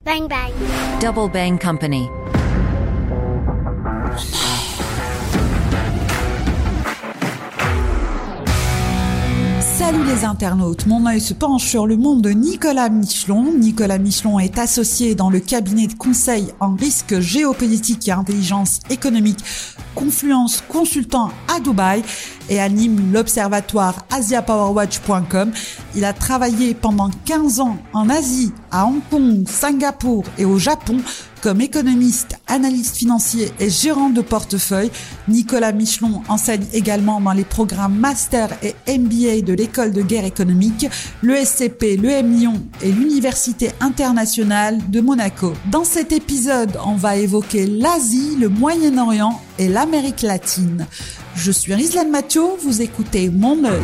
Bang bang. Double Bang Company. Salut les internautes, mon œil se penche sur le monde de Nicolas Michelon. Nicolas Michelon est associé dans le cabinet de conseil en risque géopolitique et intelligence économique Confluence Consultant à Dubaï et anime l'observatoire asiapowerwatch.com. Il a travaillé pendant 15 ans en Asie, à Hong Kong, Singapour et au Japon comme économiste, analyste financier et gérant de portefeuille. Nicolas Michelon enseigne également dans les programmes Master et MBA de l'École de guerre économique, l'ESCP, l'EM Lyon et l'Université internationale de Monaco. Dans cet épisode, on va évoquer l'Asie, le Moyen-Orient et l'Amérique latine. Je suis Rizlan Mathieu, vous écoutez Mon œil.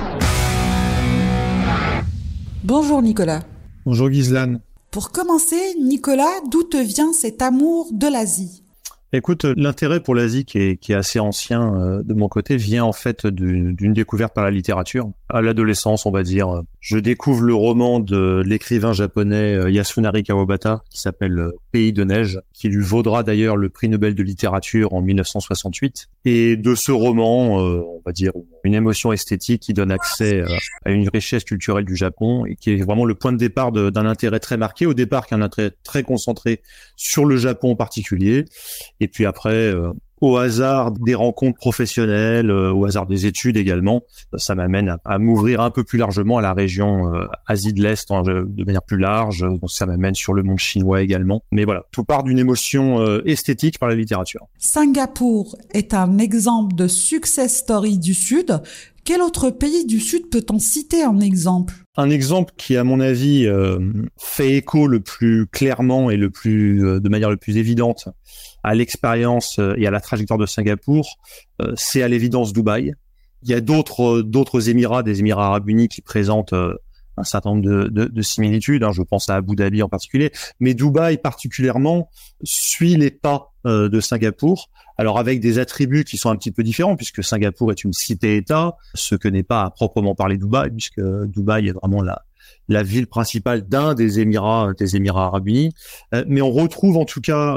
Bonjour Nicolas. Bonjour Ghizlane. Pour commencer, Nicolas, d'où te vient cet amour de l'Asie ? Écoute, l'intérêt pour l'Asie qui est assez ancien de mon côté vient en fait d'une découverte par la littérature. À l'adolescence, on va dire, je découvre le roman de l'écrivain japonais Yasunari Kawabata qui s'appelle Pays de neige, qui lui vaudra d'ailleurs le prix Nobel de littérature en 1968. Et de ce roman, on va dire une émotion esthétique qui donne accès à une richesse culturelle du Japon et qui est vraiment le point de départ d'un intérêt très marqué. Au départ, qui est un intérêt très concentré sur le Japon en particulier. Et puis après, au hasard des rencontres professionnelles, au hasard des études également, ça m'amène à m'ouvrir un peu plus largement à la région Asie de l'Est de manière plus large. Donc ça m'amène sur le monde chinois également. Mais voilà, tout part d'une émotion esthétique par la littérature. Singapour est un exemple de success story du Sud. Quel autre pays du Sud peut-on citer en exemple ? Un exemple qui, à mon avis, fait écho le plus clairement et de manière le plus évidente à l'expérience et à la trajectoire de Singapour, c'est à l'évidence Dubaï. Il y a d'autres Émirats, des Émirats Arabes Unis qui présentent un certain nombre de similitudes. Je pense à Abu Dhabi en particulier, mais Dubaï particulièrement suit les pas de Singapour. Alors avec des attributs qui sont un petit peu différents, puisque Singapour est une cité-État, ce que n'est pas à proprement parler Dubaï, puisque Dubaï est vraiment la ville principale d'un des Émirats Arabes Unis. Mais on retrouve en tout cas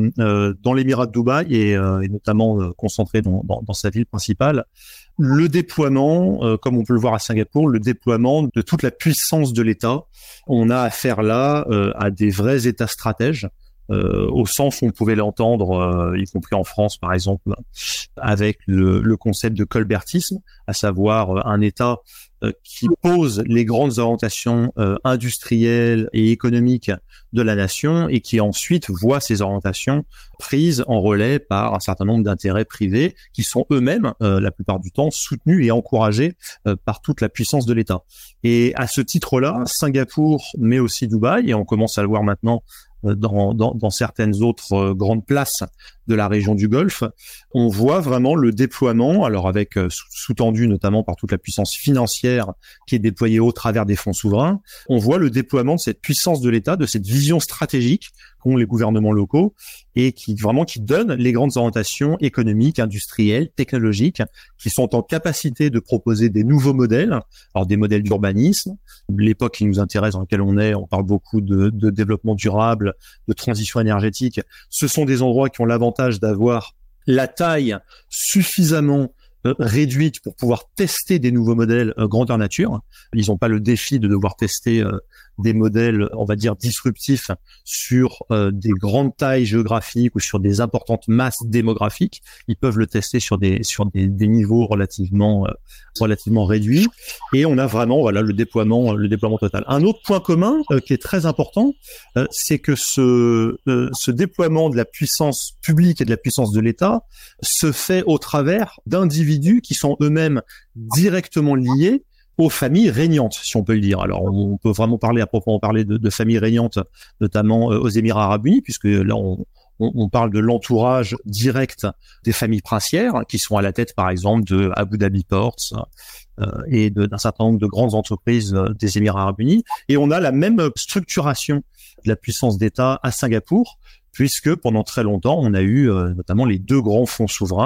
dans l'Émirat de Dubaï et notamment concentré dans sa ville principale, le déploiement, comme on peut le voir à Singapour, le déploiement de toute la puissance de l'État. On a affaire là à des vrais États stratèges. Au sens où on pouvait l'entendre, y compris en France par exemple, avec le concept de colbertisme, à savoir un État qui pose les grandes orientations industrielles et économiques de la nation et qui ensuite voit ces orientations prises en relais par un certain nombre d'intérêts privés qui sont eux-mêmes, la plupart du temps, soutenus et encouragés par toute la puissance de l'État. Et à ce titre-là, Singapour, mais aussi Dubaï, et on commence à le voir maintenant dans certaines autres grandes places de la région du Golfe, on voit vraiment le déploiement, alors avec sous-tendu notamment par toute la puissance financière qui est déployée au travers des fonds souverains, on voit le déploiement de cette puissance de l'État, de cette vision stratégique qu'ont les gouvernements locaux et qui donne les grandes orientations économiques, industrielles, technologiques, qui sont en capacité de proposer des nouveaux modèles, alors des modèles d'urbanisme. L'époque qui nous intéresse, dans laquelle on parle beaucoup de développement durable, de transition énergétique. Ce sont des endroits qui ont l'avantage d'avoir la taille suffisamment réduite pour pouvoir tester des nouveaux modèles grandeur nature. Ils n'ont pas le défi de devoir tester des modèles, on va dire, disruptifs sur des grandes tailles géographiques ou sur des importantes masses démographiques. Ils peuvent le tester sur des niveaux relativement réduits. Et on a vraiment, le déploiement total. Un autre point commun qui est très important, c'est que ce déploiement de la puissance publique et de la puissance de l'État se fait au travers d'individus qui sont eux-mêmes directement liés aux familles régnantes, si on peut le dire. Alors, on peut vraiment à proprement parler de familles régnantes, notamment aux Émirats Arabes Unis, puisque là, on parle de l'entourage direct des familles princières, qui sont à la tête, par exemple, de Abu Dhabi Ports et d'un certain nombre de grandes entreprises des Émirats Arabes Unis. Et on a la même structuration de la puissance d'État à Singapour, puisque pendant très longtemps, on a eu notamment les deux grands fonds souverains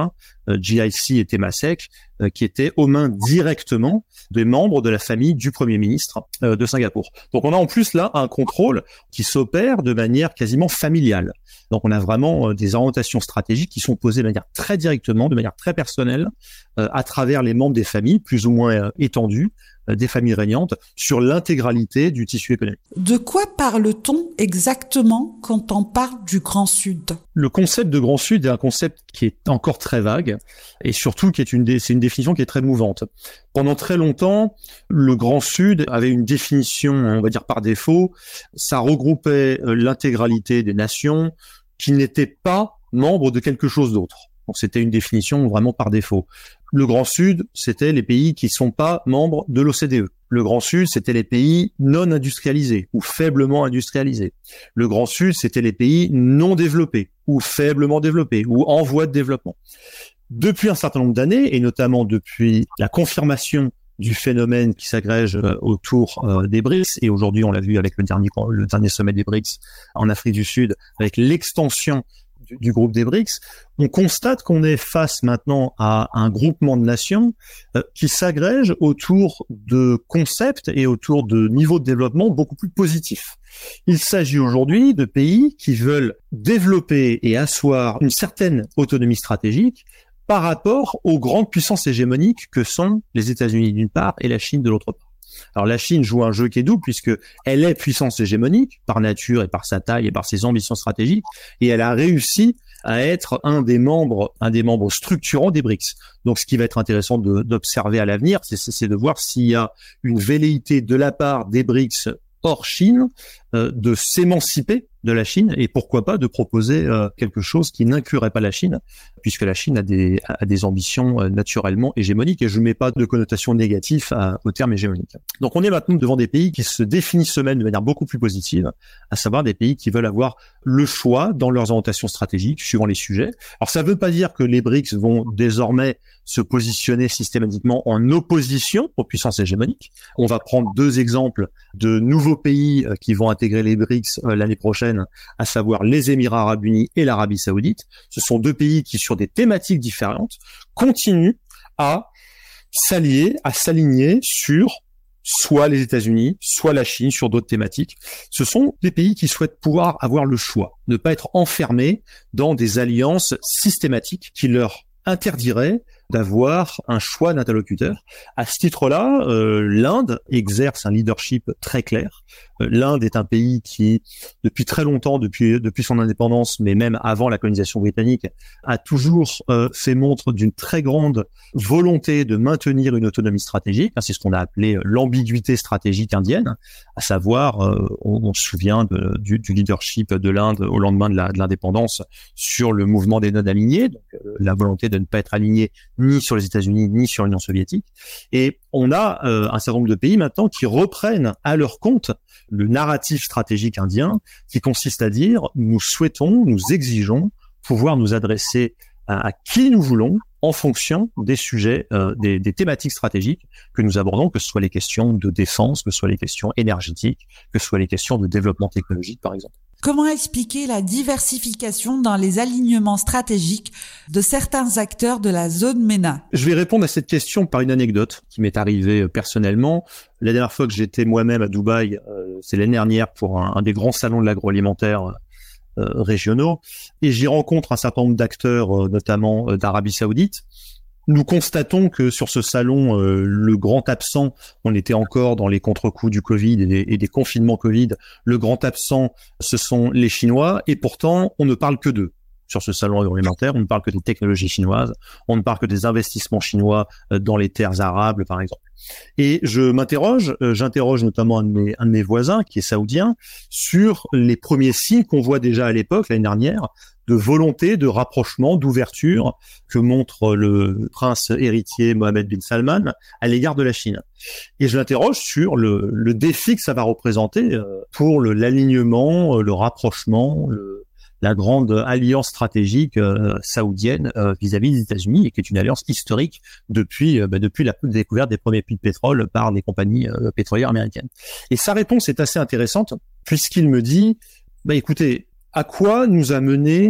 GIC et Temasek, qui étaient aux mains directement des membres de la famille du Premier ministre de Singapour. Donc on a en plus là un contrôle qui s'opère de manière quasiment familiale. Donc on a vraiment des orientations stratégiques qui sont posées de manière très directement, de manière très personnelle, à travers les membres des familles, plus ou moins étendues, des familles régnantes, sur l'intégralité du tissu économique. De quoi parle-t-on exactement quand on parle du Grand Sud ? Le concept de Grand Sud est un concept qui est encore très vague et surtout c'est une définition qui est très mouvante. Pendant très longtemps, le Grand Sud avait une définition, on va dire par défaut. Ça regroupait l'intégralité des nations qui n'étaient pas membres de quelque chose d'autre. Donc c'était une définition vraiment par défaut. Le Grand Sud, c'était les pays qui sont pas membres de l'OCDE. Le Grand Sud, c'était les pays non industrialisés ou faiblement industrialisés. Le Grand Sud, c'était les pays non développés ou faiblement développés ou en voie de développement. Depuis un certain nombre d'années, et notamment depuis la confirmation du phénomène qui s'agrège autour des BRICS, et aujourd'hui on l'a vu avec le dernier sommet des BRICS en Afrique du Sud, avec l'extension du groupe des BRICS, on constate qu'on est face maintenant à un groupement de nations qui s'agrègent autour de concepts et autour de niveaux de développement beaucoup plus positifs. Il s'agit aujourd'hui de pays qui veulent développer et asseoir une certaine autonomie stratégique par rapport aux grandes puissances hégémoniques que sont les États-Unis d'une part et la Chine de l'autre part. Alors la Chine joue un jeu qui est double puisque elle est puissance hégémonique par nature et par sa taille et par ses ambitions stratégiques, et elle a réussi à être un des membres structurants des BRICS. Donc ce qui va être intéressant d'observer à l'avenir, c'est de voir s'il y a une velléité de la part des BRICS hors Chine de s'émanciper de la Chine et pourquoi pas de proposer quelque chose qui n'inclurait pas la Chine, puisque la Chine a des ambitions naturellement hégémoniques, et je ne mets pas de connotation négative au terme hégémonique. Donc on est maintenant devant des pays qui se définissent eux-mêmes de manière beaucoup plus positive, à savoir des pays qui veulent avoir le choix dans leurs orientations stratégiques suivant les sujets. Alors ça ne veut pas dire que les BRICS vont désormais se positionner systématiquement en opposition aux puissances hégémoniques. On va prendre 2 exemples de nouveaux pays qui vont intégrer les BRICS l'année prochaine, à savoir les Émirats arabes unis et l'Arabie saoudite. Ce sont 2 pays qui, sur des thématiques différentes, continuent à s'allier, à s'aligner sur soit les États-Unis, soit la Chine sur d'autres thématiques. Ce sont des pays qui souhaitent pouvoir avoir le choix, ne pas être enfermés dans des alliances systématiques qui leur interdiraient d'avoir un choix d'interlocuteur. À ce titre-là, l'Inde exerce un leadership très clair. L'Inde est un pays qui, depuis très longtemps, depuis son indépendance, mais même avant la colonisation britannique, a toujours fait montre d'une très grande volonté de maintenir une autonomie stratégique. C'est ce qu'on a appelé l'ambiguïté stratégique indienne, à savoir, on se souvient du leadership de l'Inde au lendemain de l'indépendance sur le mouvement des non-alignés, donc la volonté de ne pas être aligné ni sur les États-Unis, ni sur l'Union soviétique. Et on a un certain nombre de pays maintenant qui reprennent à leur compte le narratif stratégique indien, qui consiste à dire nous souhaitons, nous exigeons pouvoir nous adresser à qui nous voulons en fonction des sujets, des thématiques stratégiques que nous abordons, que ce soit les questions de défense, que ce soit les questions énergétiques, que ce soit les questions de développement technologique, par exemple. Comment expliquer la diversification dans les alignements stratégiques de certains acteurs de la zone MENA ? Je vais répondre à cette question par une anecdote qui m'est arrivée personnellement. La dernière fois que j'étais moi-même à Dubaï, c'est l'année dernière pour un des grands salons de l'agroalimentaire régionaux, et j'y rencontre un certain nombre d'acteurs, notamment d'Arabie Saoudite. Nous constatons que sur ce salon, le grand absent, on était encore dans les contre-coups du Covid et des confinements Covid, le grand absent, ce sont les Chinois, et pourtant, on ne parle que d'eux. Sur ce salon agroalimentaire, on ne parle que des technologies chinoises, on ne parle que des investissements chinois dans les terres arables, par exemple. Et j'interroge notamment un de mes voisins, qui est saoudien, sur les premiers signes qu'on voit déjà à l'époque, l'année dernière, de volonté, de rapprochement, d'ouverture que montre le prince héritier Mohammed bin Salman à l'égard de la Chine. Et je l'interroge sur le défi que ça va représenter pour l'alignement, le rapprochement, la grande alliance stratégique saoudienne vis-à-vis des États-Unis, et qui est une alliance historique depuis la découverte des premiers puits de pétrole par les compagnies pétrolières américaines. Et sa réponse est assez intéressante, puisqu'il me dit, écoutez, à quoi nous a mené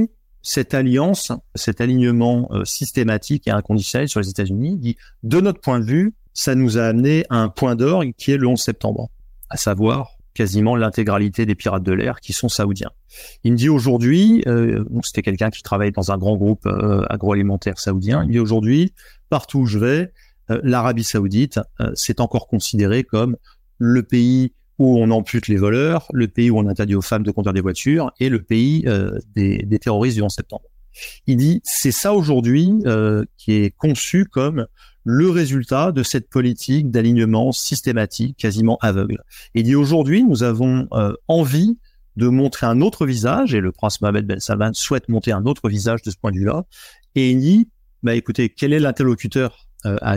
cette alliance, cet alignement systématique et inconditionnel sur les États-Unis, dit, de notre point de vue, ça nous a amené à un point d'orgue qui est le 11 septembre, à savoir quasiment l'intégralité des pirates de l'air qui sont saoudiens. Il me dit aujourd'hui, c'était quelqu'un qui travaille dans un grand groupe agroalimentaire saoudien, il me dit aujourd'hui, partout où je vais, l'Arabie saoudite, c'est encore considéré comme le pays où on ampute les voleurs, le pays où on interdit aux femmes de conduire des voitures et le pays des terroristes du 11 septembre. Il dit, c'est ça aujourd'hui qui est conçu comme le résultat de cette politique d'alignement systématique, quasiment aveugle. Il dit aujourd'hui, nous avons envie de montrer un autre visage, et le prince Mohammed Ben Salman souhaite montrer un autre visage de ce point de vue-là. Et il dit, écoutez, quel est l'interlocuteur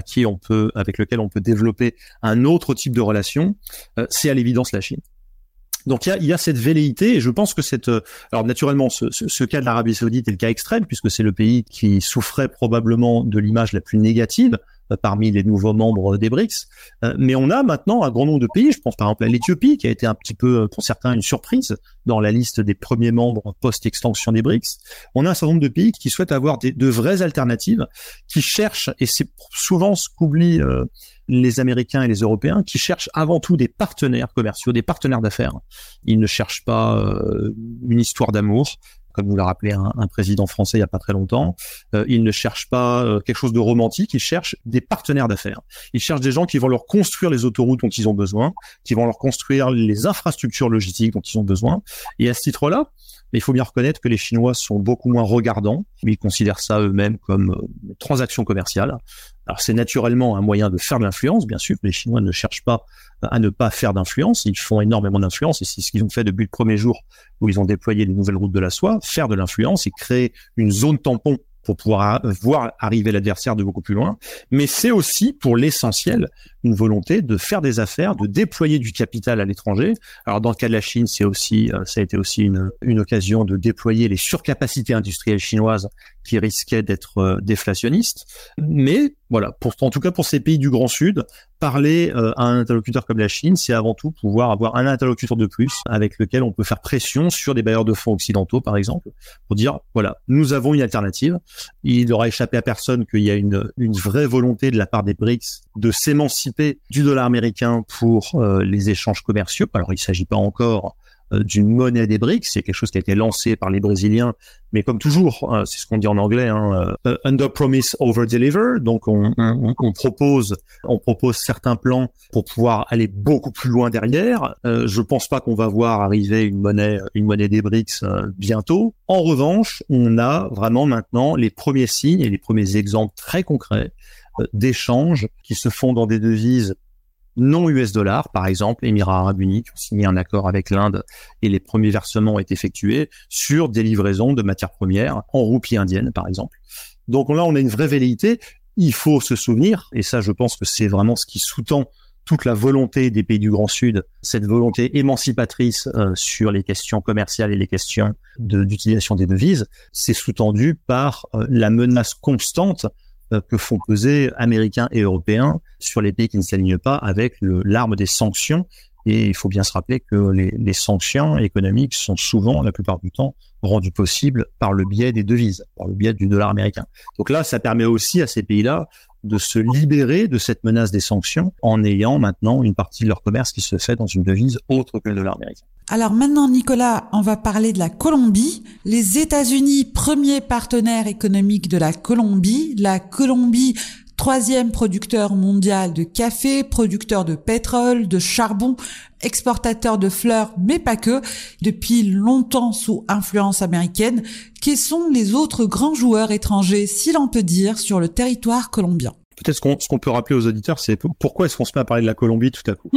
avec lequel on peut développer un autre type de relation? C'est à l'évidence la Chine. Donc il y a cette velléité, et je pense que alors naturellement ce cas de l'Arabie Saoudite est le cas extrême, puisque c'est le pays qui souffrait probablement de l'image la plus négative parmi les nouveaux membres des BRICS, mais on a maintenant un grand nombre de pays, je pense par exemple à l'Éthiopie, qui a été un petit peu pour certains une surprise dans la liste des premiers membres post-extension des BRICS. On a un certain nombre de pays qui souhaitent avoir de vraies alternatives, qui cherchent, et c'est souvent ce qu'oublient les Américains et les Européens, qui cherchent avant tout des partenaires commerciaux, des partenaires d'affaires. Ils ne cherchent pas une histoire d'amour, comme nous l'a rappelé un président français il y a pas très longtemps. Ils ne cherchent pas quelque chose de romantique, ils cherchent des partenaires d'affaires. Ils cherchent des gens qui vont leur construire les autoroutes dont ils ont besoin, qui vont leur construire les infrastructures logistiques dont ils ont besoin. Et à ce titre-là, il faut bien reconnaître que les Chinois sont beaucoup moins regardants, mais ils considèrent ça eux-mêmes comme une transaction commerciale. Alors c'est naturellement un moyen de faire de l'influence, bien sûr, mais les Chinois ne cherchent pas à ne pas faire d'influence, ils font énormément d'influence, et c'est ce qu'ils ont fait depuis le premier jour où ils ont déployé les nouvelles routes de la soie, faire de l'influence et créer une zone tampon pour pouvoir voir arriver l'adversaire de beaucoup plus loin, mais c'est aussi, pour l'essentiel, une volonté de faire des affaires, de déployer du capital à l'étranger. Alors dans le cas de la Chine, ça a été aussi une occasion de déployer les surcapacités industrielles chinoises qui risquaient d'être déflationnistes. Mais voilà, en tout cas pour ces pays du Grand Sud, parler à un interlocuteur comme la Chine, c'est avant tout pouvoir avoir un interlocuteur de plus avec lequel on peut faire pression sur des bailleurs de fonds occidentaux, par exemple, pour dire, voilà, nous avons une alternative. Il n'aura échappé à personne qu'il y a une vraie volonté de la part des BRICS de s'émanciper du dollar américain pour les échanges commerciaux. Alors, il ne s'agit pas encore d'une monnaie des BRICS, c'est quelque chose qui a été lancé par les Brésiliens, mais comme toujours, c'est ce qu'on dit en anglais, under promise, over deliver. Donc on propose certains plans pour pouvoir aller beaucoup plus loin derrière. Je pense pas qu'on va voir arriver une monnaie des BRICS bientôt. En revanche, on a vraiment maintenant les premiers signes et les premiers exemples très concrets d'échanges qui se font dans des devises non US dollars, par exemple, Émirats Arabes Unis qui ont signé un accord avec l'Inde et les premiers versements ont été effectués sur des livraisons de matières premières en roupies indiennes, par exemple. Donc là, on a une vraie velléité. Il faut se souvenir, et ça, je pense que c'est vraiment ce qui sous-tend toute la volonté des pays du Grand Sud, cette volonté émancipatrice sur les questions commerciales et les questions d'utilisation des devises, c'est sous-tendu par la menace constante que font peser Américains et Européens sur les pays qui ne s'alignent pas avec l'arme des sanctions. Et il faut bien se rappeler que les sanctions économiques sont souvent, la plupart du temps, rendues possibles par le biais des devises, par le biais du dollar américain. Donc là, ça permet aussi à ces pays-là de se libérer de cette menace des sanctions en ayant maintenant une partie de leur commerce qui se fait dans une devise autre que le dollar américain. Alors maintenant, Nicolas, on va parler de la Colombie. Les États-Unis, premier partenaire économique de la Colombie. La Colombie, troisième producteur mondial de café, producteur de pétrole, de charbon, exportateur de fleurs, mais pas que, depuis longtemps sous influence américaine. Quels sont les autres grands joueurs étrangers, si l'on peut dire, sur le territoire colombien? Peut-être ce qu'on peut rappeler aux auditeurs, c'est pourquoi est-ce qu'on se met à parler de la Colombie tout à coup.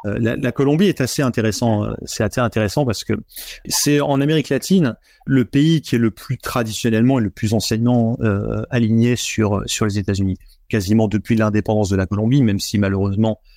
La Colombie est assez intéressant. C'est assez intéressant parce que c'est en Amérique latine le pays qui est le plus traditionnellement et le plus anciennement aligné sur les États-Unis. Quasiment depuis l'indépendance de la Colombie, même si malheureusement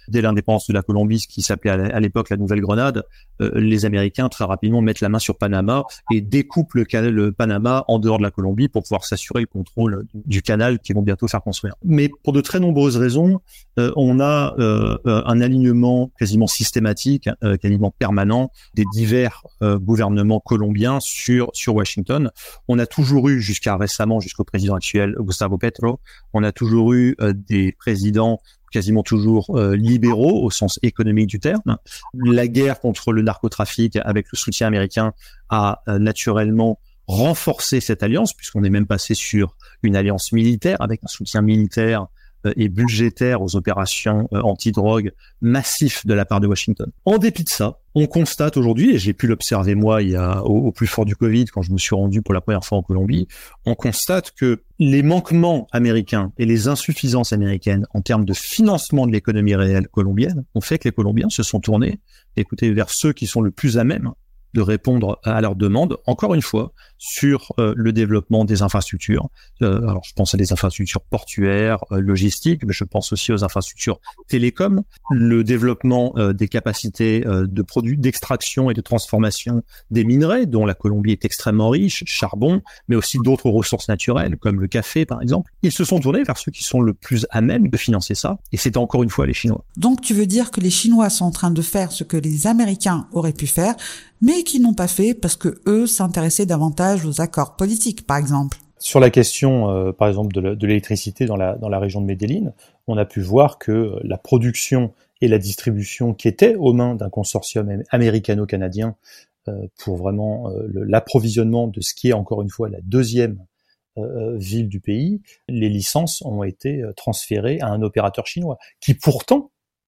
dès l'indépendance de la Colombie, ce qui s'appelait à l'époque la Nouvelle-Grenade, les Américains très rapidement mettent la main sur Panama et découpent le Panama en dehors de la Colombie pour pouvoir s'assurer le contrôle du canal qu'ils vont bientôt faire construire. Mais pour de très nombreuses raisons, on a un alignement quasiment systématique, quasiment permanent des divers gouvernements colombiens sur Washington. On a toujours eu, jusqu'à récemment, jusqu'au président actuel, Gustavo Petro, on a toujours eu des présidents quasiment toujours libéraux au sens économique du terme. La guerre contre le narcotrafic avec le soutien américain a naturellement renforcé cette alliance, puisqu'on est même passé sur une alliance militaire avec un soutien militaire et budgétaire aux opérations anti-drogue massifs de la part de Washington. En dépit de ça, on constate aujourd'hui, et j'ai pu l'observer moi au plus fort du Covid, quand je me suis rendu pour la première fois en Colombie, on constate que les manquements américains et les insuffisances américaines en termes de financement de l'économie réelle colombienne ont fait que les Colombiens se sont tournés, écoutez, vers ceux qui sont le plus à même de répondre à leurs demandes, encore une fois, sur le développement des infrastructures. Alors, je pense à des infrastructures portuaires, logistiques, mais je pense aussi aux infrastructures télécom, le développement des capacités de produits d'extraction et de transformation des minerais, dont la Colombie est extrêmement riche, charbon, mais aussi d'autres ressources naturelles, comme le café, par exemple. Ils se sont tournés vers ceux qui sont le plus à même de financer ça, et c'est encore une fois les Chinois. Donc, tu veux dire que les Chinois sont en train de faire ce que les Américains auraient pu faire, mais qui n'ont pas fait parce que eux s'intéressaient davantage aux accords politiques, par exemple. Sur la question, par exemple, de l'électricité dans la région de Medellín, on a pu voir que la production et la distribution qui étaient aux mains d'un consortium américano-canadien pour vraiment l'approvisionnement de ce qui est encore une fois la deuxième ville du pays, les licences ont été transférées à un opérateur chinois qui pourtant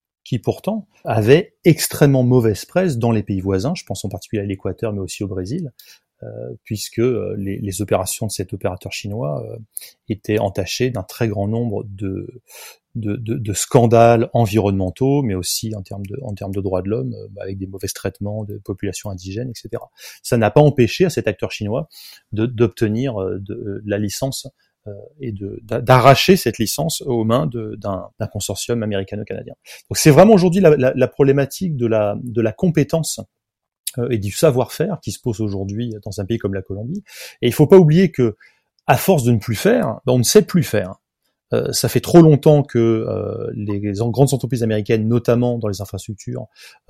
avait extrêmement mauvaise presse dans les pays voisins, je pense en particulier à l'Équateur mais aussi au Brésil, puisque les opérations de cet opérateur chinois étaient entachées d'un très grand nombre de scandales environnementaux, mais aussi en termes de droits de l'homme, avec des mauvais traitements de populations indigènes, etc. Ça n'a pas empêché à cet acteur chinois d'obtenir la licence et d'arracher cette licence aux mains d'un consortium américano-canadien. Donc c'est vraiment aujourd'hui la problématique de la compétence et du savoir-faire qui se pose aujourd'hui dans un pays comme la Colombie. Et il faut pas oublier que, à force de ne plus faire, on ne sait plus faire. Ça fait trop longtemps que les grandes entreprises américaines, notamment dans les infrastructures,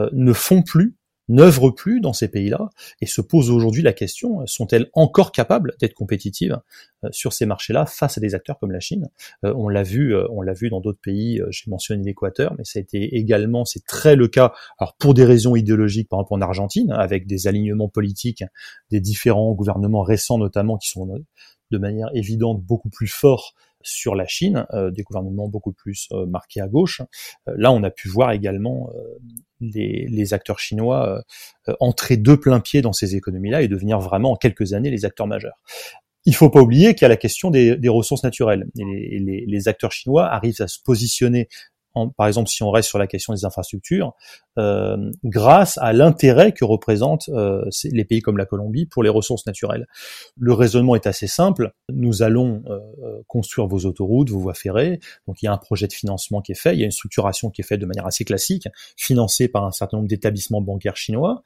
n'œuvrent plus dans ces pays-là et se posent aujourd'hui la question, sont-elles encore capables d'être compétitives sur ces marchés-là face à des acteurs comme la Chine? On l'a vu dans d'autres pays, j'ai mentionné l'Équateur, mais ça a été également, c'est très le cas, alors pour des raisons idéologiques, par exemple en Argentine, avec des alignements politiques des différents gouvernements récents notamment qui sont de manière évidente beaucoup plus forts sur la Chine, des gouvernements beaucoup plus marqués à gauche. Là, on a pu voir également les acteurs chinois entrer de plein pied dans ces économies-là et devenir vraiment en quelques années les acteurs majeurs. Il faut pas oublier qu'il y a la question des ressources naturelles. Et les acteurs chinois arrivent à se positionner, par exemple, si on reste sur la question des infrastructures, grâce à l'intérêt que représentent les pays comme la Colombie pour les ressources naturelles. Le raisonnement est assez simple. Nous allons construire vos autoroutes, vos voies ferrées. Donc, il y a un projet de financement qui est fait. Il y a une structuration qui est faite de manière assez classique, financée par un certain nombre d'établissements bancaires chinois.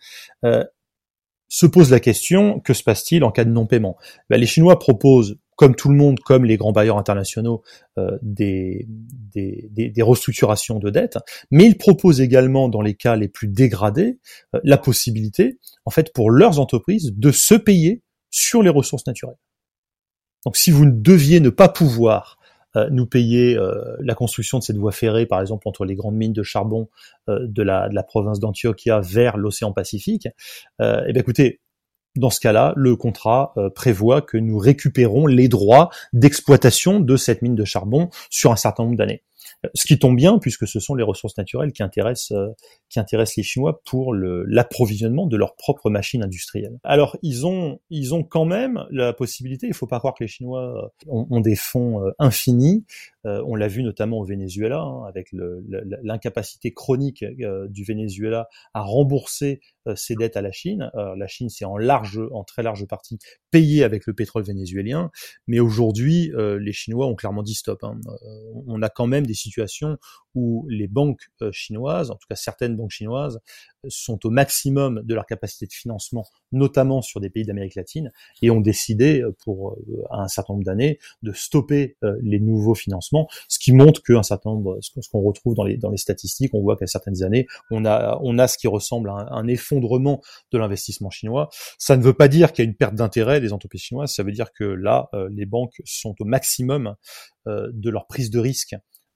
Se pose la question, que se passe-t-il en cas de non-paiement? Les Chinois proposent, comme tout le monde, comme les grands bailleurs internationaux, des restructurations de dettes, mais ils proposent également, dans les cas les plus dégradés, la possibilité, en fait, pour leurs entreprises de se payer sur les ressources naturelles. Donc, si vous deviez ne pas pouvoir nous payer la construction de cette voie ferrée, par exemple, entre les grandes mines de charbon de la province d'Antioquia vers l'océan Pacifique, écoutez, dans ce cas-là, le contrat prévoit que nous récupérons les droits d'exploitation de cette mine de charbon sur un certain nombre d'années. Ce qui tombe bien, puisque ce sont les ressources naturelles qui intéressent les Chinois pour l'approvisionnement de leurs propres machines industrielles. Alors, ils ont quand même la possibilité, il faut pas croire que les Chinois ont des fonds infinis. On l'a vu notamment au Venezuela, avec l'incapacité chronique du Venezuela à rembourser ses dettes à la Chine. La Chine s'est en très large partie payée avec le pétrole vénézuélien, mais aujourd'hui, les Chinois ont clairement dit stop. On a quand même des situations où les banques chinoises, en tout cas certaines banques chinoises, sont au maximum de leur capacité de financement, notamment sur des pays d'Amérique latine, et ont décidé pour un certain nombre d'années de stopper les nouveaux financements, ce qui montre qu'un certain nombre, ce qu'on retrouve dans les statistiques, on voit qu'à certaines années, on a ce qui ressemble à un effondrement de l'investissement chinois. Ça ne veut pas dire qu'il y a une perte d'intérêt des entreprises chinoises, ça veut dire que là, les banques sont au maximum de leur prise de risque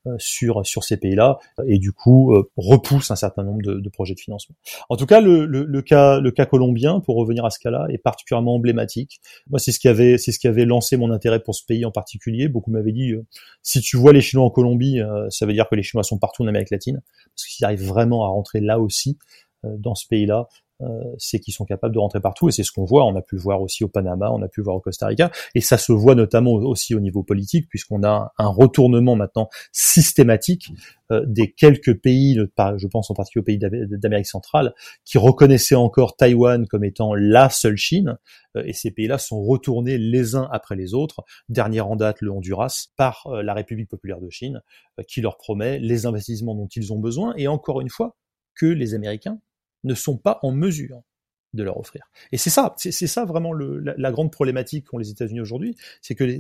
sur ces pays-là, et du coup repousse un certain nombre de projets de financement. En tout cas, le cas colombien, pour revenir à ce cas-là, est particulièrement emblématique. Moi, c'est ce qui avait lancé mon intérêt pour ce pays en particulier. Beaucoup m'avaient dit si tu vois les Chinois en Colombie, ça veut dire que les Chinois sont partout en Amérique latine, parce qu'ils arrivent vraiment à rentrer là aussi dans ce pays-là. C'est qu'ils sont capables de rentrer partout, et c'est ce qu'on voit. On a pu le voir aussi au Panama, on a pu le voir au Costa Rica, et ça se voit notamment aussi au niveau politique, puisqu'on a un retournement maintenant systématique des quelques pays, je pense en particulier aux pays d'Amérique centrale, qui reconnaissaient encore Taïwan comme étant la seule Chine, et ces pays-là sont retournés les uns après les autres, dernier en date le Honduras, par la République populaire de Chine, qui leur promet les investissements dont ils ont besoin, et encore une fois, que les Américains ne sont pas en mesure de leur offrir. Et c'est ça vraiment la grande problématique qu'ont les États-Unis aujourd'hui, c'est que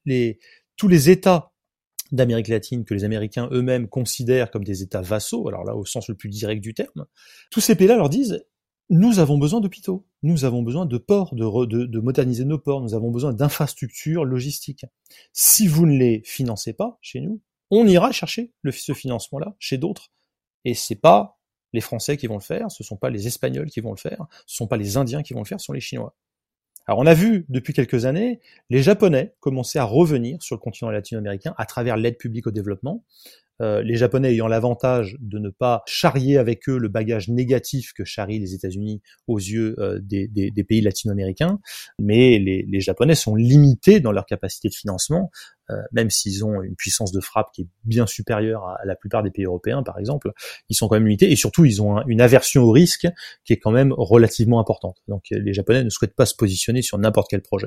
tous les États d'Amérique latine que les Américains eux-mêmes considèrent comme des États vassaux, alors là au sens le plus direct du terme, tous ces pays-là leur disent nous avons besoin d'hôpitaux, nous avons besoin de ports, de moderniser nos ports, nous avons besoin d'infrastructures logistiques. Si vous ne les financez pas chez nous, on ira chercher ce financement-là chez d'autres, et c'est pas les Français qui vont le faire, ce sont pas les Espagnols qui vont le faire, ce sont pas les Indiens qui vont le faire, ce sont les Chinois. Alors on a vu depuis quelques années les Japonais commencer à revenir sur le continent latino-américain à travers l'aide publique au développement. Les Japonais ayant l'avantage de ne pas charrier avec eux le bagage négatif que charrient les États-Unis aux yeux des pays latino-américains, mais les Japonais sont limités dans leur capacité de financement, même s'ils ont une puissance de frappe qui est bien supérieure à la plupart des pays européens, par exemple, ils sont quand même limités, et surtout ils ont une aversion au risque qui est quand même relativement importante. Donc les Japonais ne souhaitent pas se positionner sur n'importe quel projet.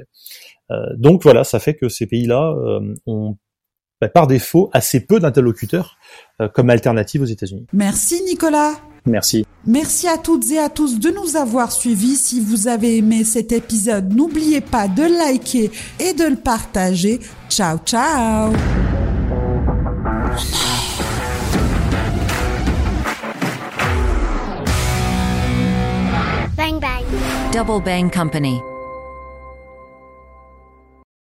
Donc voilà, ça fait que ces pays-là ont par défaut assez peu d'interlocuteurs comme alternative aux États-Unis. Merci Nicolas. Merci. Merci à toutes et à tous de nous avoir suivis. Si vous avez aimé cet épisode, n'oubliez pas de liker et de le partager. Ciao, ciao. Double Bang Company.